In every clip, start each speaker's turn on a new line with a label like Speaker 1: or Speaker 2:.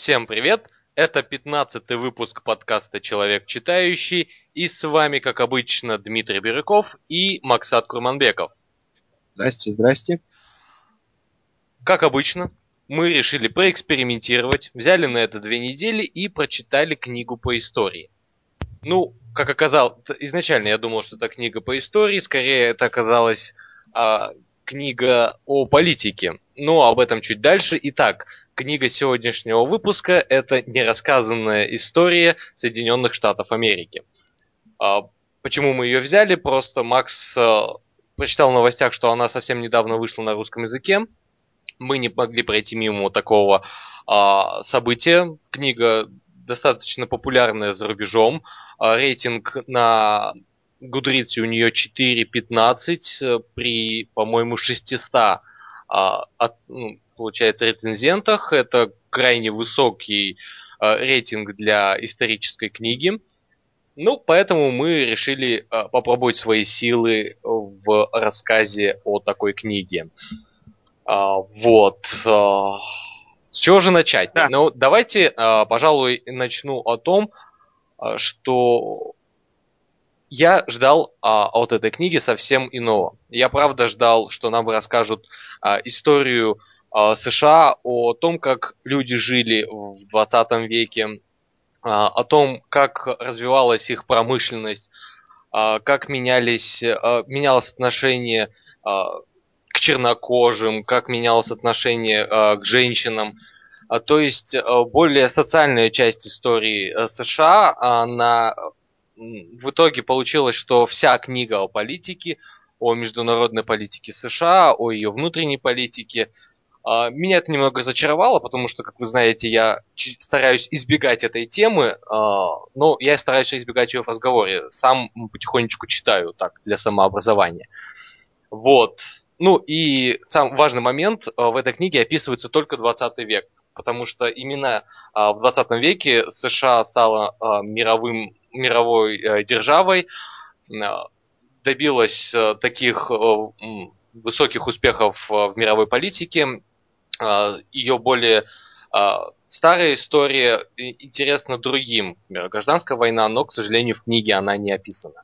Speaker 1: Всем привет! Это 15-й выпуск подкаста «Человек читающий», и с вами, как обычно, Дмитрий Бирюков и Максат Курманбеков.
Speaker 2: Здрасте.
Speaker 1: Как обычно, мы решили поэкспериментировать, взяли на это 2 недели и прочитали книгу по истории. Как оказалось, изначально я думал, что это книга по истории, скорее это оказалась книга о политике. Но об этом чуть дальше. Итак, книга сегодняшнего выпуска – это нерассказанная история Соединенных Штатов Америки. Почему мы ее взяли? Просто Макс прочитал в новостях, что она совсем недавно вышла на русском языке. Мы не могли пройти мимо такого события. Книга достаточно популярная за рубежом. Рейтинг на Goodreads у нее 4.15 при, по-моему, 600 получается, рецензентах. Это крайне высокий рейтинг для исторической книги. Поэтому мы решили попробовать свои силы в рассказе о такой книге. С чего же начать?
Speaker 2: Да.
Speaker 1: Давайте, пожалуй, начну о том, что я ждал от этой книги совсем иного. Я правда ждал, что нам расскажут историю США, о том, как люди жили в 20 веке, о том, как развивалась их промышленность, как менялось отношение к чернокожим, как менялось отношение к женщинам. То есть более социальная часть истории США, в итоге получилось, что вся книга о политике, о международной политике США, о ее внутренней политике, меня это немного разочаровало, потому что, как вы знаете, я стараюсь избегать этой темы, но я стараюсь избегать ее в разговоре. Сам потихонечку читаю так, для самообразования. И сам важный момент, в этой книге описывается только 20 век, потому что именно в 20 веке США стала мировой державой, добилась таких высоких успехов в мировой политике. Ее более старая история интересна другим. Например, гражданская война, но, к сожалению, в книге она не описана.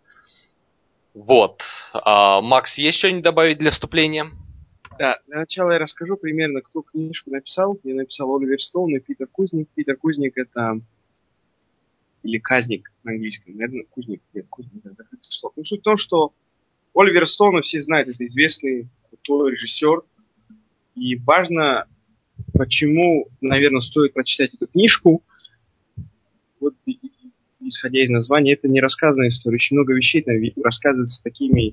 Speaker 1: Макс, есть что-нибудь добавить для вступления?
Speaker 2: Да, для начала я расскажу примерно, кто книжку написал. Ее написал Оливер Стоун и Питер Кузник. Питер Кузник это... Или Казник на английском. Наверное, Кузник. Нет, Кузник, да, закрытый слог. Суть в том, что Оливер Стоун, все знают, это известный крутой режиссер. И важно, почему, наверное, стоит прочитать эту книжку. Исходя из названия, это не рассказанная история. Очень много вещей там рассказывается такими...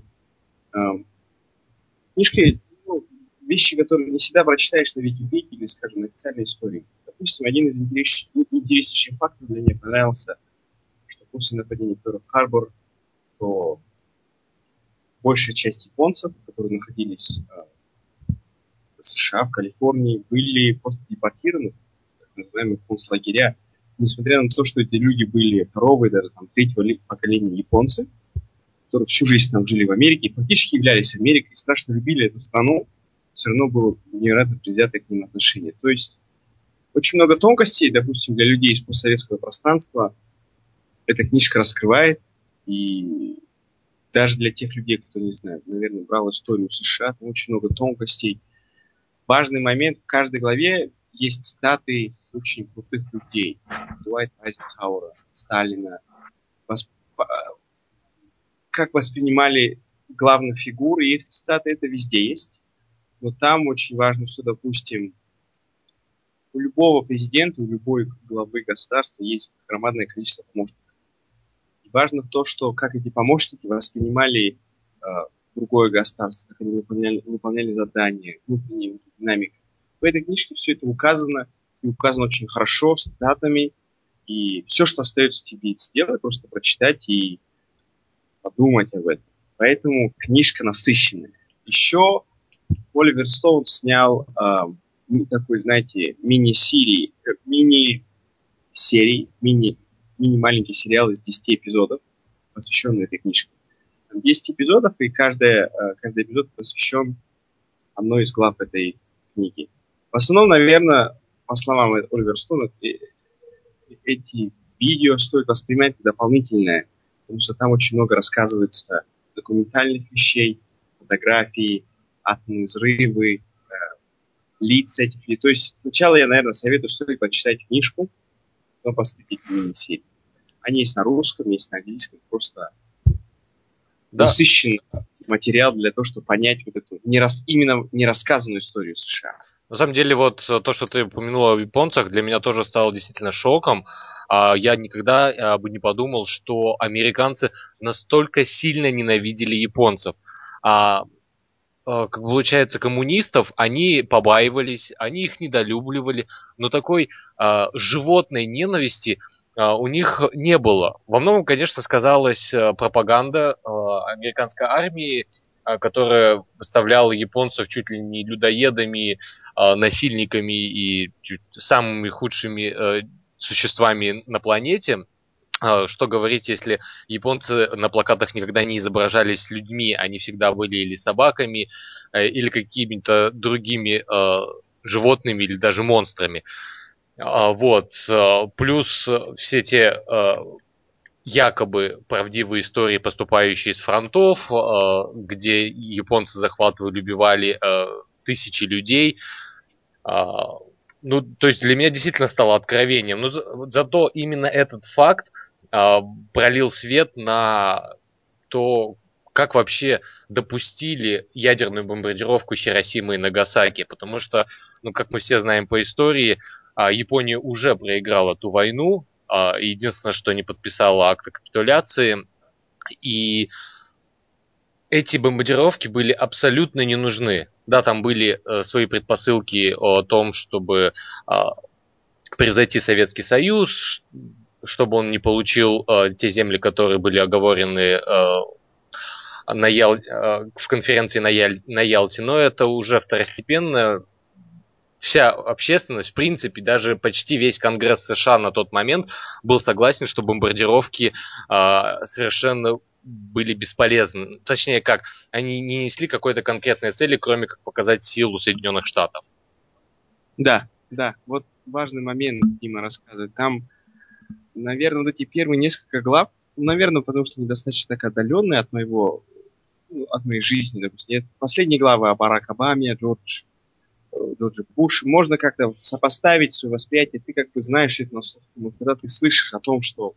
Speaker 2: Книжки, вещи, которые не всегда прочитаешь на Википедии или, скажем, на официальной истории. Допустим, один из интереснейших фактов для меня понравился, что после нападения Пёрл-Харбор, то большая часть японцев, которые находились в США, в Калифорнии, были просто депортированы, так называемые концлагеря, несмотря на то, что эти люди были второго и даже третьего поколения японцы, которые всю жизнь там жили в Америке, и фактически являлись Америкой, страшно любили эту страну, все равно было невероятно предвзятое к ним отношение. То есть очень много тонкостей, допустим, для людей из постсоветского пространства эта книжка раскрывает, и даже для тех людей, кто, не знаю, наверное, брал историю США, там очень много тонкостей. Важный момент, в каждой главе есть цитаты очень крутых людей. Дуайта Айзенхауэра, Сталина, как воспринимали главных фигур, и их цитаты это везде есть. Но там очень важно, что, допустим, у любого президента, у любой главы государства есть громадное количество помощников. И важно то, что как эти помощники воспринимали другое государство, как они выполняли задания, внутреннюю динамику. В этой книжке все это указано, и указано очень хорошо, с цитатами. И все, что остается тебе сделать, просто прочитать и подумать об этом. Поэтому книжка насыщенная. Еще Оливер Стоун снял такой, знаете, мини-серии, мини-маленький сериал из 10 эпизодов, посвященный этой книжке. Там 10 эпизодов, и каждый эпизод посвящен одной из глав этой книги. В основном, наверное, по словам Оливера Стоуна, эти видео стоит воспринимать как дополнительное, потому что там очень много рассказывается документальных вещей, фотографий, атомные взрывы, лица этих людей. То есть сначала я, наверное, советую, стоит почитать книжку, потом посмотреть мини-серии. Они есть на русском, есть на английском, просто
Speaker 1: Да,
Speaker 2: насыщенный материал для того, чтобы понять вот эту именно нерассказанную историю США.
Speaker 1: на самом деле, вот то, что ты упомянула о японцах, для меня тоже стало действительно шоком. Я никогда бы не подумал, что американцы настолько сильно ненавидели японцев. Как получается, коммунистов они побаивались, они их недолюбливали, но такой животной ненависти у них не было. Во многом, конечно, сказалась пропаганда американской армии, которая выставляла японцев чуть ли не людоедами, насильниками и самыми худшими существами на планете. Что говорить, если японцы на плакатах никогда не изображались людьми, они всегда были или собаками, или какими-то другими животными, или даже монстрами. Плюс все те якобы правдивые истории, поступающие с фронтов, где японцы захватывали, убивали тысячи людей. Ну, то есть для меня действительно стало откровением. Но зато именно этот факт пролил свет на то, как вообще допустили ядерную бомбардировку Хиросимы и Нагасаки. Потому что, ну, как мы все знаем по истории, Япония уже проиграла ту войну. Единственное, что не подписала акт о капитуляции. И эти бомбардировки были абсолютно не нужны. Да, там были свои предпосылки о том, чтобы превзойти Советский Союз, чтобы он не получил те земли, которые были оговорены в конференции на Ялте, но это уже второстепенно. Вся общественность, в принципе, даже почти весь Конгресс США на тот момент был согласен, что бомбардировки совершенно были бесполезны. Точнее как, они не несли какой-то конкретной цели, кроме как показать силу Соединенных Штатов.
Speaker 2: Да, да, вот важный момент Дима рассказывает. Там, наверное, вот эти первые несколько глав, наверное, потому что недостаточно так отдаленные от от моей жизни, допустим. Нет, последние главы о Барак Обаме, Джордж Буш, можно как-то сопоставить свое восприятие, ты как бы знаешь это, но когда ты слышишь о том, что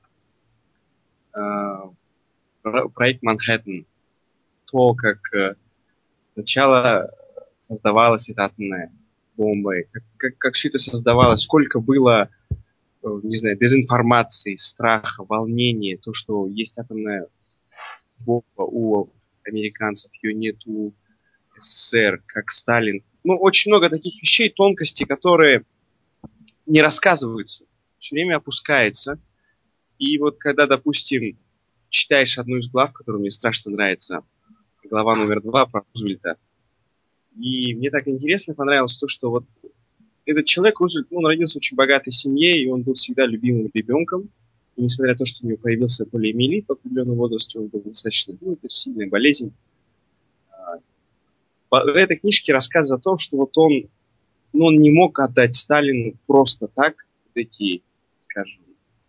Speaker 2: проект Манхэттен, то, как сначала создавалась эта атомная бомба, как все это создавалось, сколько было, не знаю, дезинформации, страха, волнения, то, что есть атомная бомба у американцев, ее нет у СССР, как Сталин. Ну, очень много таких вещей, тонкостей, которые не рассказываются, все время опускается. И вот когда, допустим, читаешь одну из глав, которая мне страшно нравится, глава номер 2 про Рузвельта, и мне так интересно понравилось то, что вот этот человек, Рузвельт, он родился в очень богатой семье, и он был всегда любимым ребенком. И несмотря на то, что у него появился полиомиелит в определенном возрасте, он был достаточно, это сильная болезнь. В этой книжке рассказывается о том, что вот он не мог отдать Сталину просто так эти, скажем,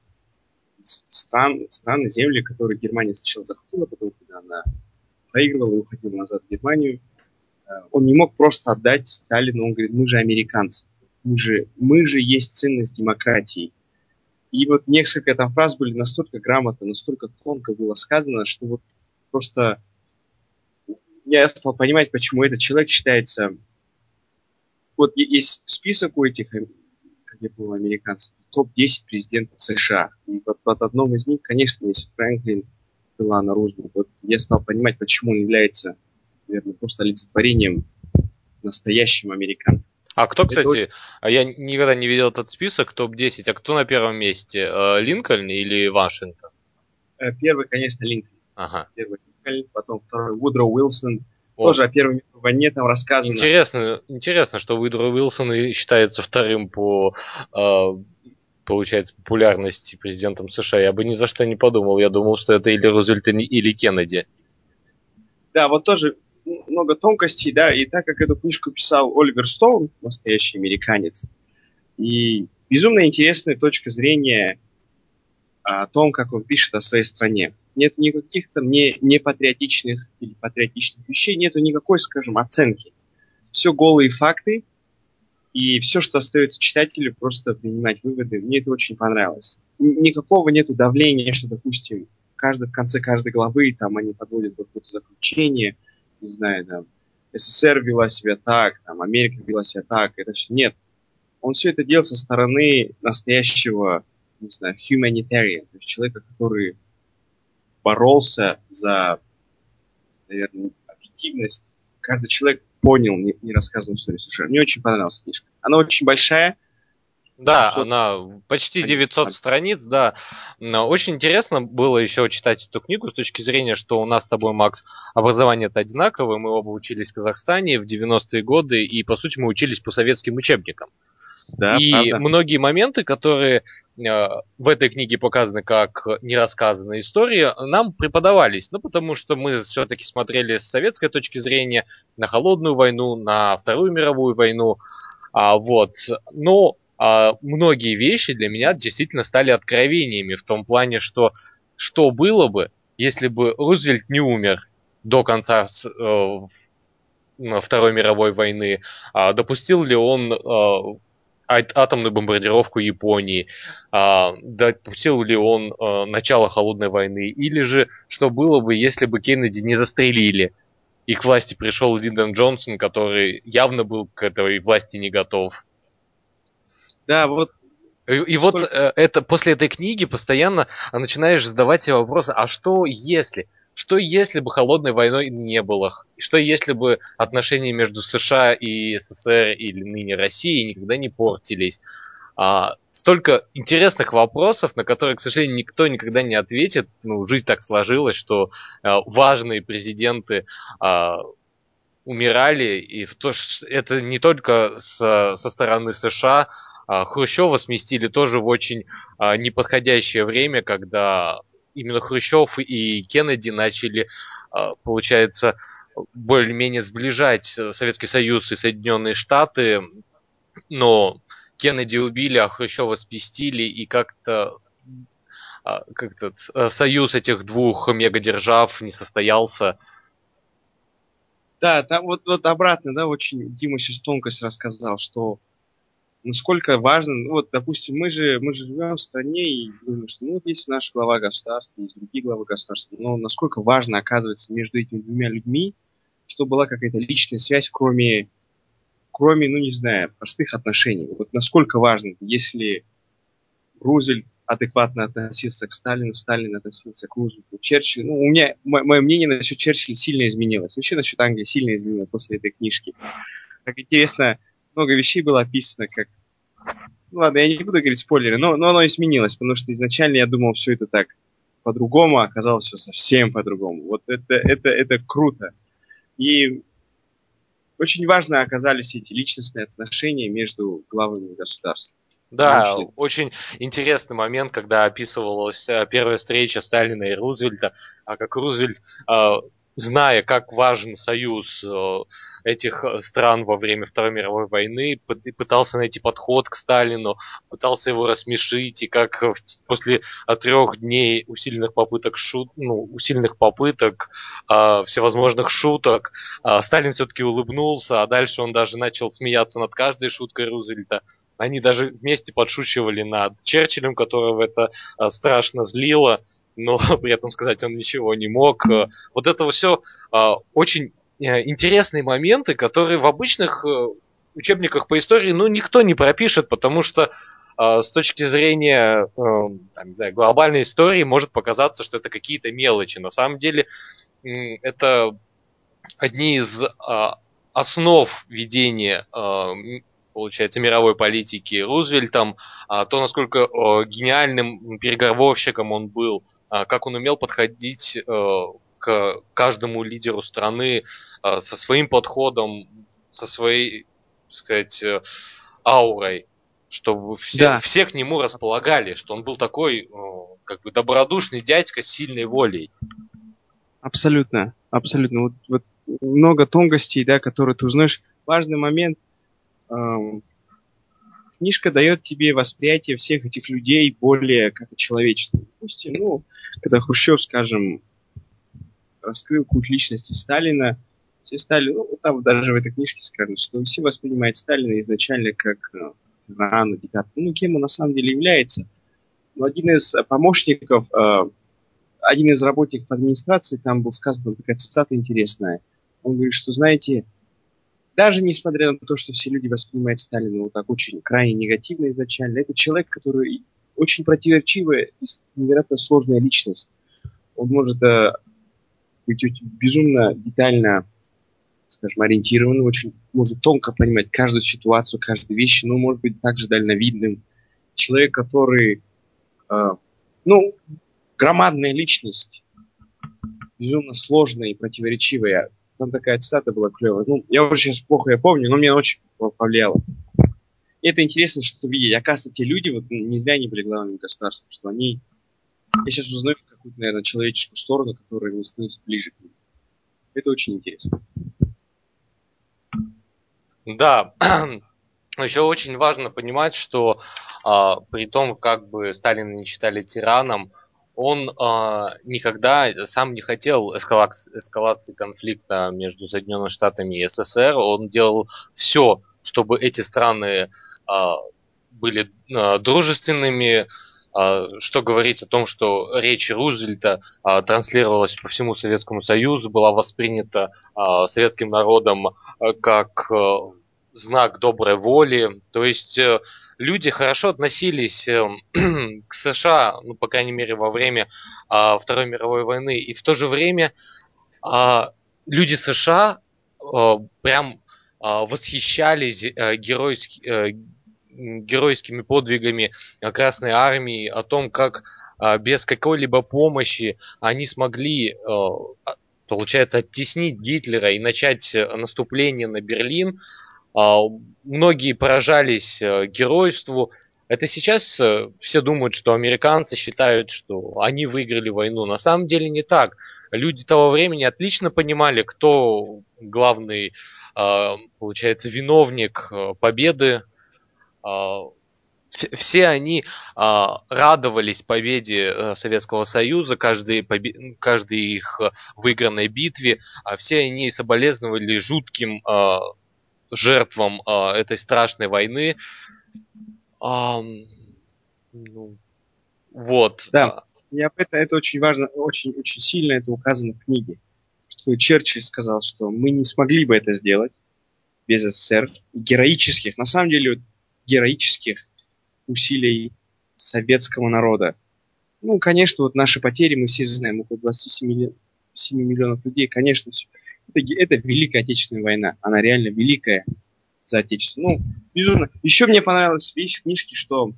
Speaker 2: страны, земли, которые Германия сначала захватила, потом, когда она проигрывала и уходила назад в Германию, он не мог просто отдать Сталину. Он говорит, мы же американцы, мы же есть ценность демократии. И вот несколько там фраз были настолько грамотно, настолько тонко было сказано, что вот просто я стал понимать, почему этот человек считается... Вот есть список у этих, как я понял, американцев, топ-10 президентов США. И вот под одном из них, конечно, есть Фрэнклин Делано Рузвельт. Вот я стал понимать, почему он является, наверное, просто олицетворением настоящим американцем.
Speaker 1: А кто, кстати, я никогда не видел этот список, топ-10, а кто на первом месте? Линкольн или Вашингтон?
Speaker 2: Первый, конечно, Линкольн.
Speaker 1: Ага.
Speaker 2: Первый Линкольн, потом второй Вудро Уилсон. Тоже о Первой мировой войне там рассказано.
Speaker 1: Интересно, что Вудро Уилсон считается вторым по, получается, популярности президентом США. Я бы ни за что не подумал. Я думал, что это или Рузвельт, или Кеннеди.
Speaker 2: Да, вот тоже много тонкостей, да, и так как эту книжку писал Оливер Стоун, настоящий американец, И безумно интересная точка зрения о том, как он пишет о своей стране. Нет никаких там не патриотичных или патриотичных вещей, нету никакой, скажем, оценки. Все голые факты, и все, что остается читателю, просто принимать выводы. Мне это очень понравилось. Никакого нету давления, что, допустим, в конце каждой главы там они подводят какое-то заключение, не знаю, там, СССР вела себя так, там, Америка вела себя так, это все. Нет. Он все это делал со стороны настоящего, не знаю, humanitarian, то есть человека, который боролся за, наверное, объективность. Каждый человек понял нерассказанную историю США. Мне очень понравилась книжка. Она очень большая.
Speaker 1: Да,
Speaker 2: 700
Speaker 1: она почти
Speaker 2: страниц.
Speaker 1: 900 страниц, да. Но очень интересно было еще читать эту книгу с точки зрения, что у нас с тобой, Макс, образование-то одинаковое. Мы оба учились в Казахстане в 90-е годы, и, по сути, мы учились по советским учебникам.
Speaker 2: Да,
Speaker 1: И
Speaker 2: правда.
Speaker 1: многие моменты, которые в этой книге показаны как нерассказанные истории, нам преподавались. Ну, потому что мы все-таки смотрели с советской точки зрения на Холодную войну, на Вторую мировую войну. Вот. Но многие вещи для меня действительно стали откровениями в том плане, что было бы, если бы Рузвельт не умер до конца Второй мировой войны, допустил ли он атомную бомбардировку Японии, допустил ли он начало Холодной войны, или же что было бы, если бы Кеннеди не застрелили, и к власти пришел Линдон Джонсон, который явно был к этой власти не готов.
Speaker 2: Да, вот.
Speaker 1: И вот это, после этой книги постоянно начинаешь задавать себе вопросы, а что если? Что если бы холодной войны не было? Что если бы отношения между США и СССР или ныне Россией никогда не портились? Столько интересных вопросов, на которые, к сожалению, никто никогда не ответит. Ну, жизнь так сложилась, что важные президенты умирали, и это не только со стороны США. Хрущева сместили тоже в очень неподходящее время, когда именно Хрущев и Кеннеди начали, получается, более-менее сближать Советский Союз и Соединенные Штаты, но Кеннеди убили, а Хрущева спестили, и как-то союз этих двух мегадержав не состоялся.
Speaker 2: Да, там вот обратно, да, очень Дима сейчас тонкость рассказал, что насколько важно, ну, вот, допустим, мы же живем в стране и думаем, что ну, вот есть наш глава государства, есть другие главы государства, но насколько важно, оказывается, между этими двумя людьми, чтобы была какая-то личная связь, кроме, ну, не знаю, простых отношений. Вот насколько важно, если Рузвельт адекватно относился к Сталину, Сталин относился к Рузвельту, Черчилль. Ну, у меня, мое мнение насчет Черчилля сильно изменилось. Вообще насчет Англии сильно изменилось после этой книжки. Как интересно, много вещей было описано, как... Ну ладно, я не буду говорить спойлеры, но оно изменилось, потому что изначально я думал, все это так по-другому, а оказалось все совсем по-другому. Вот это круто. И очень важно оказались эти личностные отношения между главами государств.
Speaker 1: Да, очень интересный момент, когда описывалась первая встреча Сталина и Рузвельта, как Рузвельт, зная, как важен союз этих стран во время Второй мировой войны, пытался найти подход к Сталину, пытался его рассмешить, и как после 3 дней усиленных попыток всевозможных шуток, Сталин все-таки улыбнулся, а дальше он даже начал смеяться над каждой шуткой Рузвельта. Они даже вместе подшучивали над Черчиллем, которого это страшно злило, но при этом сказать он ничего не мог. Вот это все очень интересные моменты, которые в обычных учебниках по истории никто не пропишет, потому что с точки зрения глобальной истории может показаться, что это какие-то мелочи. На самом деле это одни из основ ведения получается, мировой политики Рузвельтом, то, насколько гениальным переговорщиком он был, как он умел подходить к каждому лидеру страны со своим подходом, со своей, так сказать, аурой, чтобы все к нему располагали, что он был такой как бы добродушный дядька с сильной волей.
Speaker 2: Абсолютно, абсолютно. Вот много тонкостей, да, которые ты узнаешь. Важный момент. книжка дает тебе восприятие всех этих людей более как человеческим. Допустим, когда Хрущев, скажем, раскрыл культ личности Сталина, все стали, там даже в этой книжке сказано, что все воспринимают Сталина изначально как тирана, диктатора. Кем он на самом деле является. Но один из помощников, один из работников администрации, там был сказано такая цитата интересная. Он говорит, что, знаете, даже несмотря на то, что все люди воспринимают Сталина вот так очень крайне негативно изначально, это человек, который очень противоречивая и невероятно сложная личность. Он может быть безумно детально, скажем, ориентированным, очень может тонко понимать каждую ситуацию, каждую вещь, но может быть также дальновидным. Человек, который, громадная личность, безумно сложная и противоречивая. Там такая цитата была клевая. Я уже сейчас плохо я помню, но мне очень повлияло. И это интересно, что видеть. Оказывается, те люди, не зря они были главными государством, что они... Я сейчас узнаю какую-то, наверное, человеческую сторону, которая мне становится ближе к ним. Это очень интересно.
Speaker 1: Да, еще очень важно понимать, что при том, как бы Сталина не считали тираном, он никогда сам не хотел эскалации конфликта между Соединенными Штатами и СССР. Он делал все, чтобы эти страны были дружественными, что говорить о том, что речь Рузвельта транслировалась по всему Советскому Союзу, была воспринята советским народом как знак доброй воли. То есть люди хорошо относились к США, по крайней мере, во время Второй мировой войны. И в то же время люди США прям восхищались геройскими подвигами Красной Армии, о том, как без какой-либо помощи они смогли, получается, оттеснить Гитлера и начать наступление на Берлин. Многие поражались геройству. Это сейчас все думают, что американцы считают, что они выиграли войну. На самом деле не так. Люди того времени отлично понимали, кто главный, получается, виновник победы. Все они радовались победе Советского Союза, каждой их выигранной битве. Все они соболезновали жутким жертвам этой страшной войны. Вот.
Speaker 2: Да, это очень важно, очень, очень сильно это указано в книге. Что Черчилль сказал, что мы не смогли бы это сделать без СССР. Героических, на самом деле, героических усилий советского народа. Конечно, наши потери, мы все знаем, около 27 миллионов людей, конечно, это Великая Отечественная война. Она реально великая за Отечество. Безумно. Еще мне понравилась вещь в книжке, что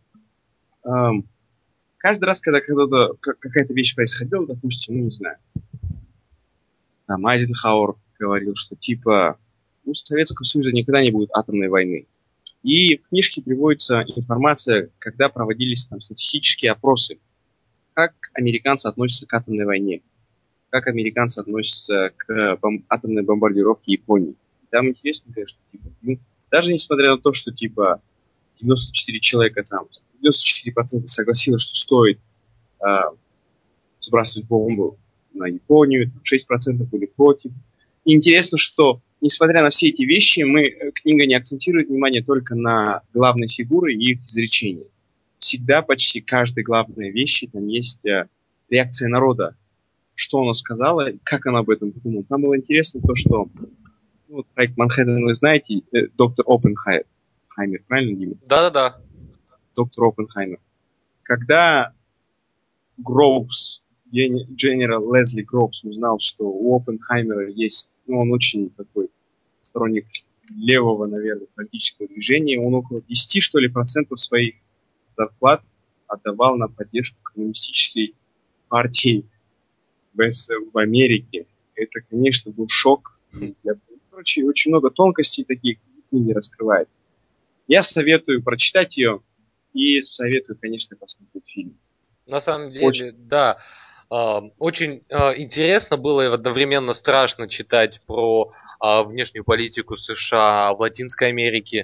Speaker 2: каждый раз, когда какая-то вещь происходила, допустим, не знаю, там Айзенхауэр говорил, что у Советского Союза никогда не будет атомной войны. И в книжке приводится информация, когда проводились там статистические опросы, как американцы относятся к атомной войне, как американцы относятся к атомной бомбардировке Японии. Там интересно, конечно, даже несмотря на то, что 94 человека там, 94% согласилось, что стоит сбрасывать бомбу на Японию, 6% были против. И интересно, что несмотря на все эти вещи, книга не акцентирует внимание только на главной фигуры и их изречения. Всегда почти каждой главной вещи там есть реакция народа. Что она сказала, как она об этом подумала. Там было интересно то, что проект Манхэттен, вы знаете, доктор Оппенхаймер, правильно, Дима?
Speaker 1: Да-да-да.
Speaker 2: Доктор Оппенхаймер. Когда Гроувс, Генерал Лесли Гроувс узнал, что у Оппенхаймера есть, он очень такой сторонник левого, наверное, политического движения, он около 10, что ли, процентов своих зарплат отдавал на поддержку коммунистической партии в Америке. Это, конечно, был шок. Короче, очень много тонкостей таких книги раскрывает. Я советую прочитать ее и советую, конечно, посмотреть фильм.
Speaker 1: На самом деле, да. Очень интересно было и одновременно страшно читать про внешнюю политику США в Латинской Америке.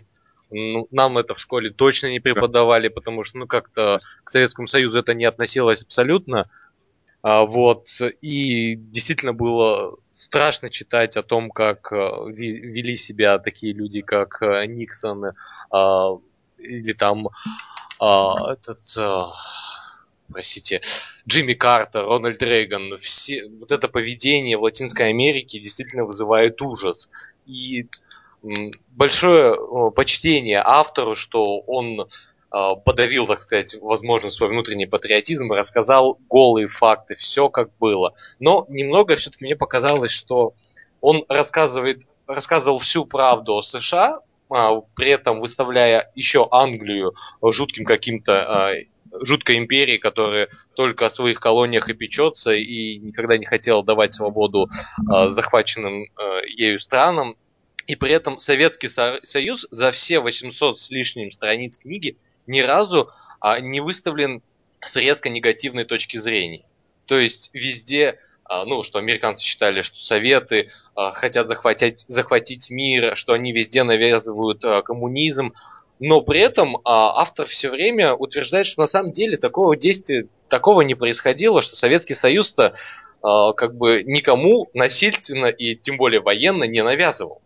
Speaker 1: Ну, нам это в школе точно не преподавали, потому что, ну, как-то к Советскому Союзу это не относилось абсолютно. Вот, и действительно было страшно читать о том, как вели себя такие люди, как Никсон, или там этот, простите, Джимми Картер, Рональд Рейган. Все, вот это поведение в Латинской Америке действительно вызывает ужас. И большое почтение автору, что он подавил, так сказать, возможно, свой внутренний патриотизм и рассказал голые факты, все как было. Но немного все-таки мне показалось, что он рассказывал всю правду о США, при этом выставляя еще Англию жутким каким-то жуткой империей, которая только о своих колониях и печется, и никогда не хотела давать свободу захваченным ею странам. И при этом Советский Союз за все 800 с лишним страниц книги ни разу не выставлен с резко негативной точки зрения. То есть везде, ну, что американцы считали, что Советы хотят захватить мир, что они везде навязывают коммунизм, но при этом автор все время утверждает, что на самом деле такого действия, такого не происходило, что Советский Союз-то как бы никому насильственно и тем более военно не навязывал.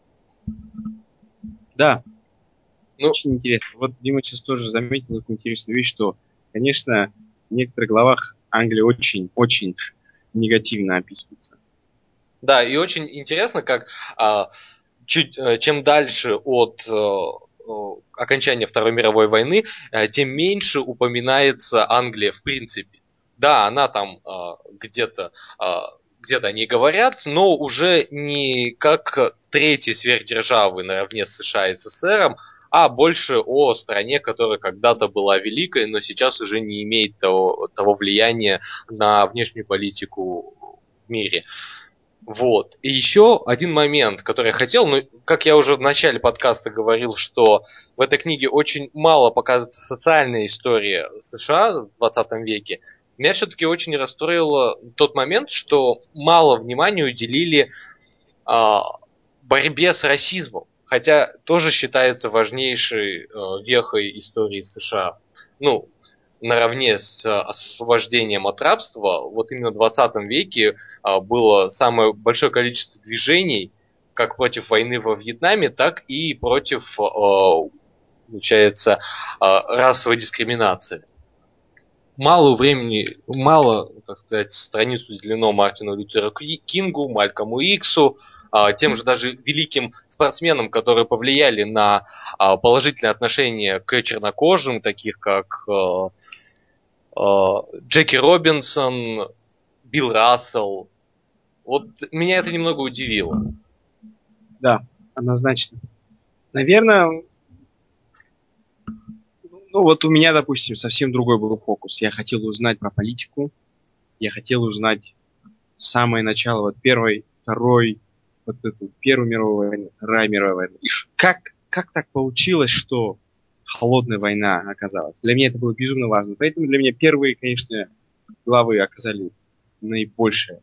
Speaker 2: Да, очень интересно. Вот Дима сейчас тоже заметил эту интересную вещь, что, конечно, в некоторых главах Англия очень-очень негативно описывается.
Speaker 1: Да, и очень интересно, как чем дальше от окончания Второй мировой войны, тем меньше упоминается Англия в принципе. Да, она там где-то о ней говорят, но уже не как третьей сверхдержавы наравне с США и СССР, а больше о стране, которая когда-то была великой, но сейчас уже не имеет того влияния на внешнюю политику в мире. Вот. И еще один момент, который я хотел, ну, как я уже в начале подкаста говорил, что в этой книге очень мало показывается социальная история США в 20 веке, меня все-таки очень расстроило тот момент, что мало внимания уделили борьбе с расизмом, хотя тоже считается важнейшей вехой истории США. Ну, наравне с освобождением от рабства, вот именно в 20 веке было самое большое количество движений, как против войны во Вьетнаме, так и против, получается, расовой дискриминации. Мало, так сказать, страниц уделено Мартину Лютеру Кингу, Малькому Иксу, тем же даже великим спортсменам, которые повлияли на положительное отношение к чернокожим, таких как Джеки Робинсон, Билл Рассел. Вот меня это немного удивило.
Speaker 2: Да, однозначно. Наверное, ну вот у меня, допустим, совсем другой был фокус. Я хотел узнать про политику, я хотел узнать самое начало, вот первой, второй, вот эту Первую мировую войну, Вторая мировая война. И как так получилось, что холодная война оказалась? Для меня это было безумно важно. Поэтому для меня первые, конечно, главы оказали наибольшее.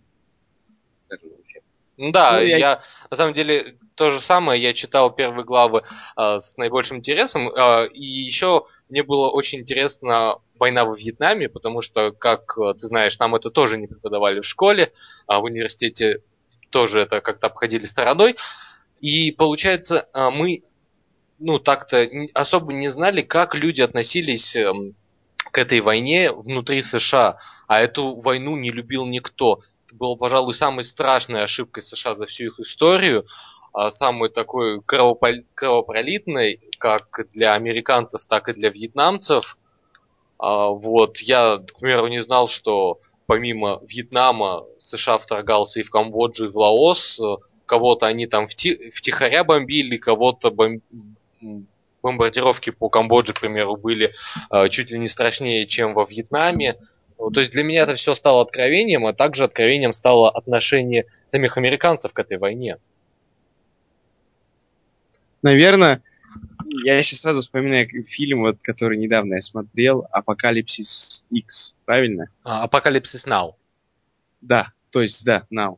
Speaker 1: Да,
Speaker 2: Ну,
Speaker 1: я на самом деле то же самое, я читал первые главы с наибольшим интересом, и еще мне было очень интересно война во Вьетнаме, потому что, как ты знаешь, нам это тоже не преподавали в школе, а в университете тоже это как-то обходили стороной, и получается, мы так-то особо не знали, как люди относились к этой войне внутри США, а эту войну не любил никто. Это было, пожалуй, самой страшной ошибкой США за всю их историю, самой такой кровопролитной, как для американцев, так и для вьетнамцев. Вот, я, к примеру, не знал, что помимо Вьетнама США вторгался и в Камбоджу, и в Лаос. Кого-то они там втихаря бомбили, кого-то бомбардировки по Камбодже, к примеру, были чуть ли не страшнее, чем во Вьетнаме. То есть для меня это все стало откровением, а также откровением стало отношение самих американцев к этой войне.
Speaker 2: Наверное, я сейчас сразу вспоминаю фильм, вот, который недавно я смотрел, «Апокалипсис X», правильно?
Speaker 1: «Апокалипсис Now».
Speaker 2: Да, то есть, да, Now.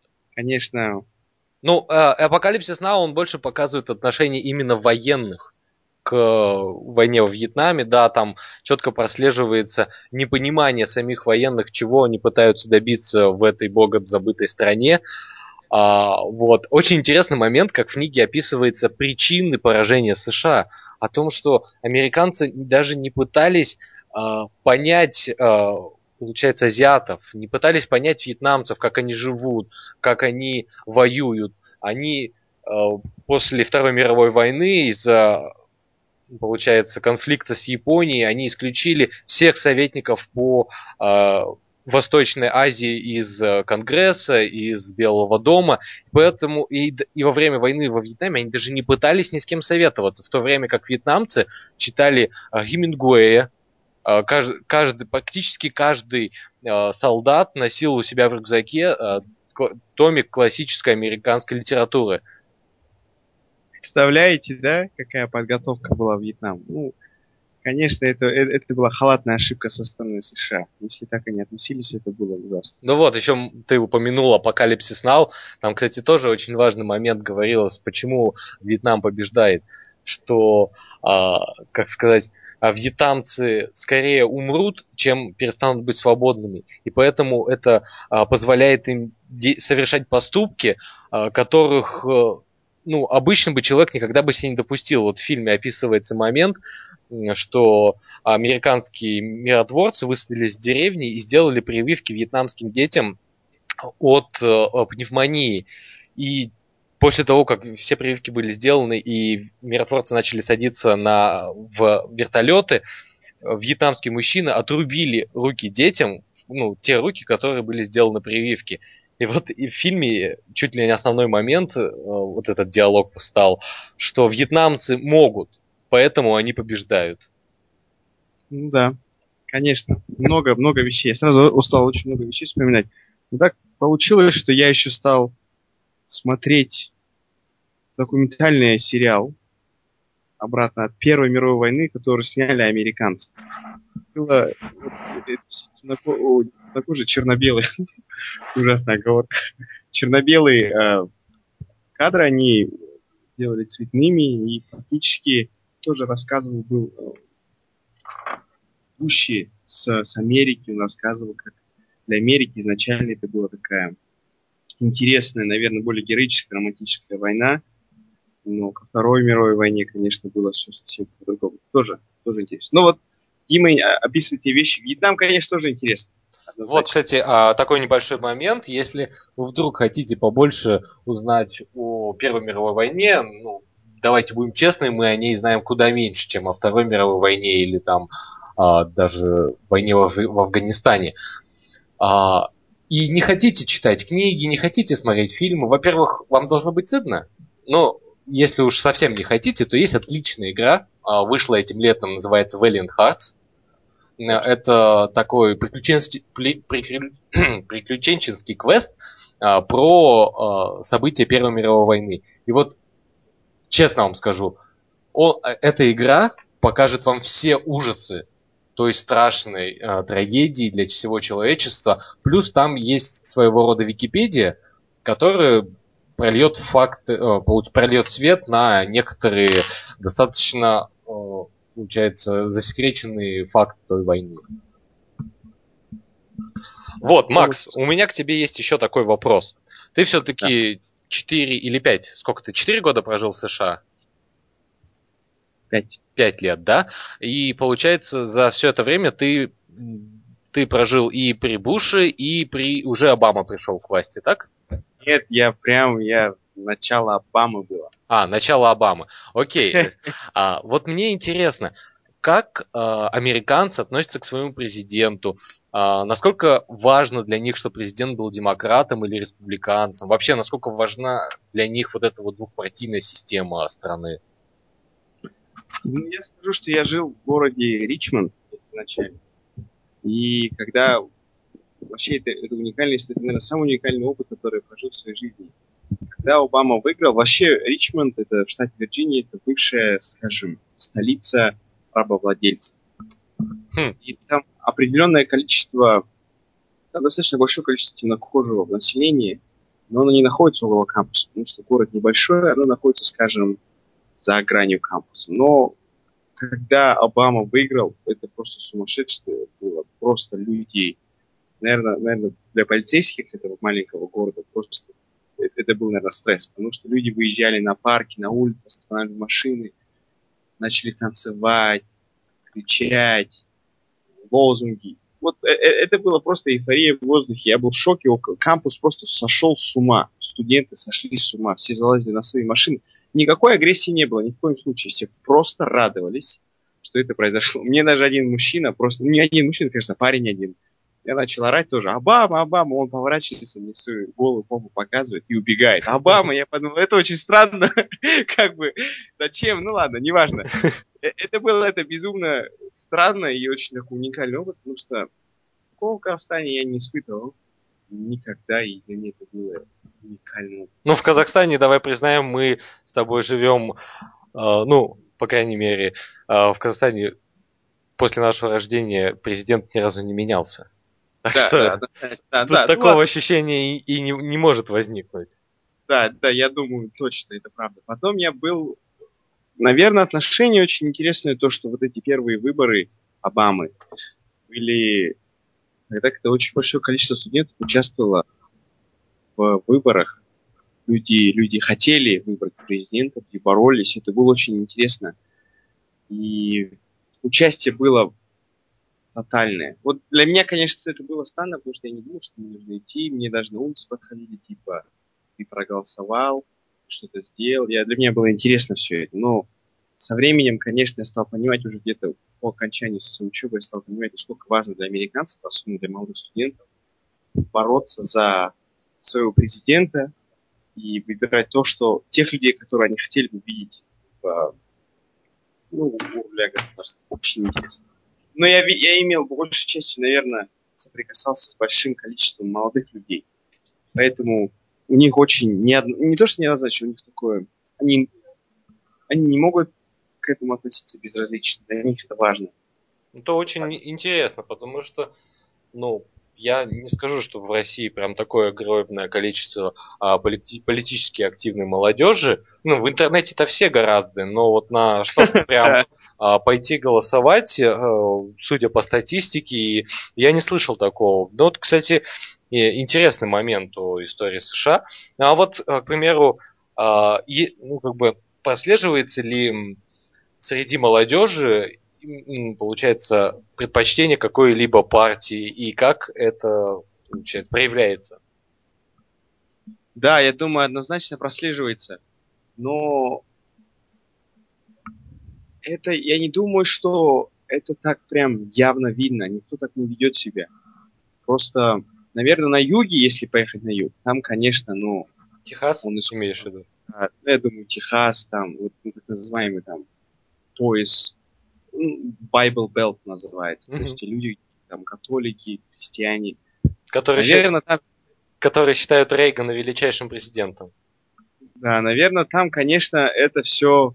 Speaker 2: Конечно.
Speaker 1: Ну, «Апокалипсис Now», он больше показывает отношение именно военных к войне во Вьетнаме, да, там четко прослеживается непонимание самих военных, чего они пытаются добиться в этой богом забытой стране. Вот. Очень интересный момент, как в книге описывается причины поражения США, о том, что американцы даже не пытались понять, получается, азиатов, не пытались понять вьетнамцев, как они живут, как они воюют. Они после Второй мировой войны из-за, получается, конфликта с Японией, они исключили всех советников по Восточной Азии из Конгресса, из Белого дома. Поэтому и во время войны во Вьетнаме они даже не пытались ни с кем советоваться, в то время как вьетнамцы читали Хемингуэя. Практически каждый солдат носил у себя в рюкзаке томик классической американской литературы.
Speaker 2: Представляете, да, какая подготовка была в Вьетнам? Ну, конечно, это была халатная ошибка со стороны США. Если так они относились, это было ужасно.
Speaker 1: Ну вот, еще ты упомянул Апокалипсис Нау. Там, кстати, тоже очень важный момент говорилось, почему Вьетнам побеждает. Что, как сказать, вьетнамцы скорее умрут, чем перестанут быть свободными. И поэтому это позволяет им совершать поступки, которых обычно бы человек никогда бы себе не допустил. Вот в фильме описывается момент, что американские миротворцы высадились в деревне и сделали прививки вьетнамским детям от пневмонии. И после того, как все прививки были сделаны и миротворцы начали садиться в вертолеты, вьетнамские мужчины отрубили руки детям, те руки, которые были сделаны прививки. И вот и в фильме чуть ли не основной момент, вот этот диалог стал, что вьетнамцы могут, поэтому они побеждают.
Speaker 2: Ну да, конечно. Много вещей. Я сразу устал очень много вещей вспоминать. Но так получилось, что я еще стал смотреть документальный сериал обратно от Первой мировой войны, который сняли американцы. Было такой же черно-белый, ужасная оговорка, черно-белые кадры они делали цветными, и практически тоже рассказывал был Буши с Америки, он рассказывал, как для Америки изначально это была такая интересная, наверное, более героическая, романтическая война, но ко Второй мировой войне, конечно, было все совсем по-другому. Тоже интересно. Но вот Дима описывает эти вещи. Вьетнам, конечно, тоже интересно. Однозначно.
Speaker 1: Вот, кстати, такой небольшой момент. Если вы вдруг хотите побольше узнать о Первой мировой войне, давайте будем честны, мы о ней знаем куда меньше, чем о Второй мировой войне или там даже войне в Афганистане. И не хотите читать книги, не хотите смотреть фильмы. Во-первых, вам должно быть стыдно. Но если уж совсем не хотите, то есть отличная игра. Вышла этим летом, называется Valiant Hearts. Это такой приключенческий квест про события Первой мировой войны. И вот, честно вам скажу, эта игра покажет вам все ужасы той страшной трагедии для всего человечества. Плюс там есть своего рода Википедия, которая прольет свет на некоторые достаточно, получается, засекреченные факты той войны. Вот, Макс, у меня к тебе есть еще такой вопрос. Ты все-таки 4 или 5, сколько ты, 4 года прожил в США? 5 лет, да? И получается, за все это время ты прожил и при Буше, и при уже Обама пришел к власти, так?
Speaker 2: Нет, начало Обамы было.
Speaker 1: Начало Обамы. Окей. Вот мне интересно, как американцы относятся к своему президенту? Насколько важно для них, что президент был демократом или республиканцем? Вообще, насколько важна для них вот эта вот двухпартийная система страны?
Speaker 2: Я скажу, что я жил в городе Ричмонд изначально. И когда вообще это уникальный, это, наверное, самый уникальный опыт, который я прожил в своей жизни. Когда Обама выиграл, вообще Ричмонд, это в штате Вирджиния, это бывшая, скажем, столица рабовладельцев. И там определенное количество, там достаточно большое количество темнокожего населения, но оно не находится около кампуса, потому что город небольшой, оно находится, скажем, за гранью кампуса. Но когда Обама выиграл, это просто сумасшествие было. Просто люди, наверное, для полицейских этого маленького города просто это был, наверное, стресс. Потому что люди выезжали на парки, на улицы, останавливали машины, начали танцевать, кричать, лозунги. Вот это было просто эйфория в воздухе. Я был в шоке. Кампус просто сошел с ума. Студенты сошли с ума. Все залазили на свои машины. Никакой агрессии не было, ни в коем случае. Все просто радовались, что это произошло. Мне даже один мужчина, просто, не один мужчина, конечно, парень один. Я начал орать тоже. Обама, Обама. Он поворачивается, мне свою голову, попу показывает и убегает. Обама, я подумал, это очень странно. Как бы, зачем? Ну ладно, неважно. Это было безумно странно и очень такой уникальный опыт, потому что такого в Казахстане я не испытывал никогда, и для меня это было уникальным опытом.
Speaker 1: Ну, в Казахстане, давай признаем, мы с тобой живем, ну, по крайней мере, в Казахстане после нашего рождения президент ни разу не менялся. Так что тут такого ощущения и не может возникнуть.
Speaker 2: Да, я думаю, точно, это правда. Потом я был, наверное, отношение очень интересное, то, что вот эти первые выборы Обамы были, когда очень большое количество студентов участвовало в выборах. Люди хотели выбрать президента, и боролись. Это было очень интересно. И участие было тотальное. Вот для меня, конечно, это было странно, потому что я не думал, что мне нужно идти. Мне даже на улице подходили, типа, ты проголосовал, что-то сделал. Для меня было интересно все это. Но со временем, конечно, я стал понимать уже где-то по окончании своей учебы, я стал понимать, насколько важно для американцев, особенно для молодых студентов, бороться за своего президента и выбирать тех людей, которые они хотели бы видеть в руля государства. Очень интересно. Но я имел большей частью, наверное, соприкасался с большим количеством молодых людей. Поэтому у них очень не то, что неоднозначно, у них такое... Они не могут к этому относиться безразлично. Для них это важно.
Speaker 1: Это очень интересно, потому что, ну, я не скажу, что в России прям такое огромное количество политически активной молодежи. Ну, в интернете-то все гораздо, но вот на что-то прям пойти голосовать, судя по статистике, я не слышал такого. Ну, вот, кстати, интересный момент у истории США. А вот, к примеру, прослеживается ли среди молодежи, получается, предпочтение какой-либо партии и как это, получается, проявляется?
Speaker 2: Да, я думаю, однозначно прослеживается. Но я не думаю, что это так прям явно видно. Никто так не ведет себя. Просто, наверное, на юге, если поехать на юг, там, конечно,
Speaker 1: Техас, имеешь в виду?
Speaker 2: Я думаю, Техас, там, вот, так называемый там пояс, Bible Belt называется. То есть люди, там, католики, христиане.
Speaker 1: Которые считают Рейгана величайшим президентом.
Speaker 2: Да, наверное, там, конечно, это все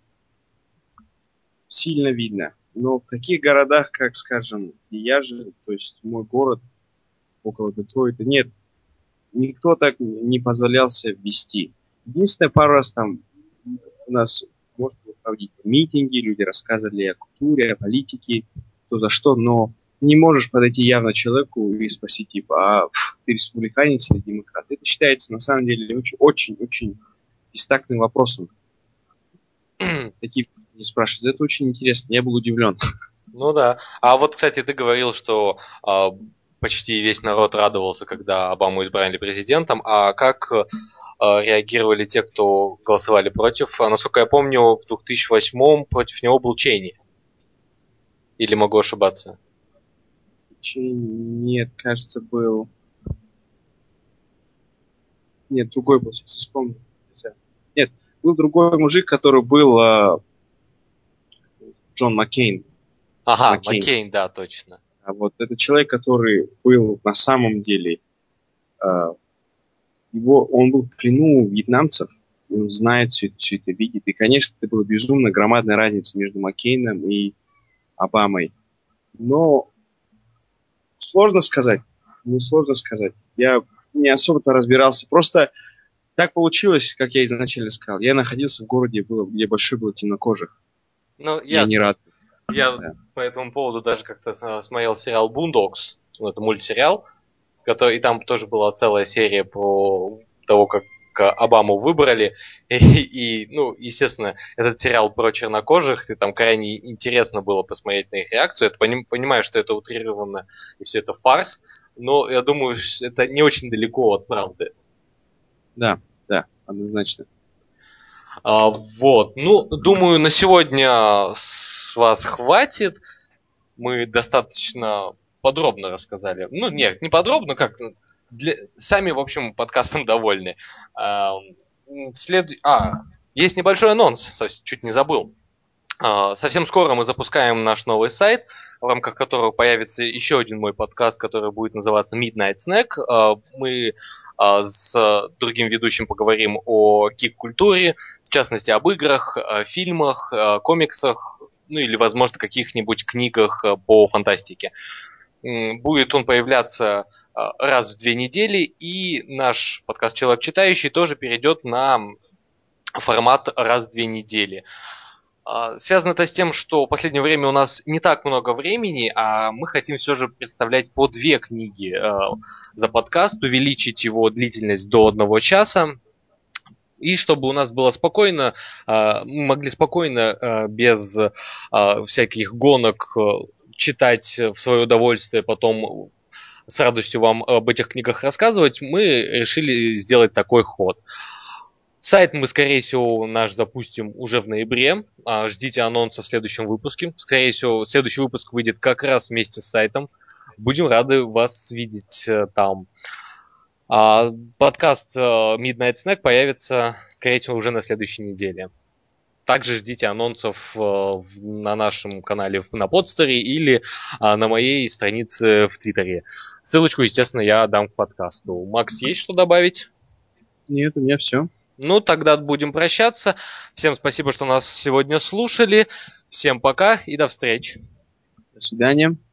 Speaker 2: сильно видно. Но в таких городах, как, скажем, где я живу, то есть мой город около Детройта, нет, никто так не позволял себя вести. Единственное, пару раз там у нас можно было проводить митинги, люди рассказывали о культуре, о политике, кто за что, но ты не можешь подойти явно человеку и спросить, типа, ты республиканец или демократ. Это считается, на самом деле, очень-очень бестактным вопросом. Такие не спрашивают. Это очень интересно. Я был удивлен.
Speaker 1: Ну да. А вот, кстати, ты говорил, что почти весь народ радовался, когда Обаму избрали президентом. А как реагировали те, кто голосовали против? Насколько я помню, в 2008-м против него был Чейни. Или могу ошибаться?
Speaker 2: Нет, кажется, был... Нет, другой был, сейчас вспомню. Нет, был другой мужик, который был Джон Маккейн.
Speaker 1: Ага, Маккейн, да, точно.
Speaker 2: А вот это человек, который был на самом деле... Он был в плену вьетнамцев, он знает все это, видит. И, конечно, это была безумно громадная разница между Маккейном и Обамой. Но сложно сказать. Несложно сказать. Я не особо-то разбирался. Просто так получилось, как я изначально сказал. Я находился в городе, где больше было темнокожих.
Speaker 1: Ну,
Speaker 2: Я не рад.
Speaker 1: Я по этому поводу даже как-то смотрел сериал «Бундокс», ну, это мультсериал, и там тоже была целая серия про того, как Обаму выбрали, ну, естественно, этот сериал про чернокожих, и там крайне интересно было посмотреть на их реакцию. Я понимаю, что это утрированно, и все это фарс, но я думаю, это не очень далеко от правды.
Speaker 2: Да, однозначно.
Speaker 1: Вот, ну, думаю, на сегодня с вас хватит. Мы достаточно подробно рассказали. Ну, нет, не подробно, как... Сами, в общем, подкастом довольны. Есть небольшой анонс, чуть не забыл. Совсем скоро мы запускаем наш новый сайт, в рамках которого появится еще один мой подкаст, который будет называться Midnight Snack. Мы с другим ведущим поговорим о гик-культуре, в частности об играх, фильмах, комиксах, ну или, возможно, каких-нибудь книгах по фантастике. Будет он появляться раз в 2 недели, и наш подкаст «Человек читающий» тоже перейдет на формат раз в 2 недели. Связано это с тем, что в последнее время у нас не так много времени, а мы хотим все же представлять по 2 книги за подкаст, увеличить его длительность до 1 часа. И чтобы у нас было спокойно, мы могли спокойно, без всяких гонок, читать в свое удовольствие, потом с радостью вам об этих книгах рассказывать, мы решили сделать такой ход. Сайт мы, скорее всего, наш запустим уже в ноябре. Ждите анонса в следующем выпуске. Скорее всего, следующий выпуск выйдет как раз вместе с сайтом. Будем рады вас видеть там. Подкаст Midnight Snack появится, скорее всего, уже на следующей неделе. Также ждите анонсов на нашем канале на Подстере или на моей странице в Твиттере. Ссылочку, естественно, я дам к подкасту. Макс, есть что добавить?
Speaker 2: Нет, у меня все.
Speaker 1: Ну, тогда будем прощаться. Всем спасибо, что нас сегодня слушали. Всем пока и до встречи.
Speaker 2: До свидания.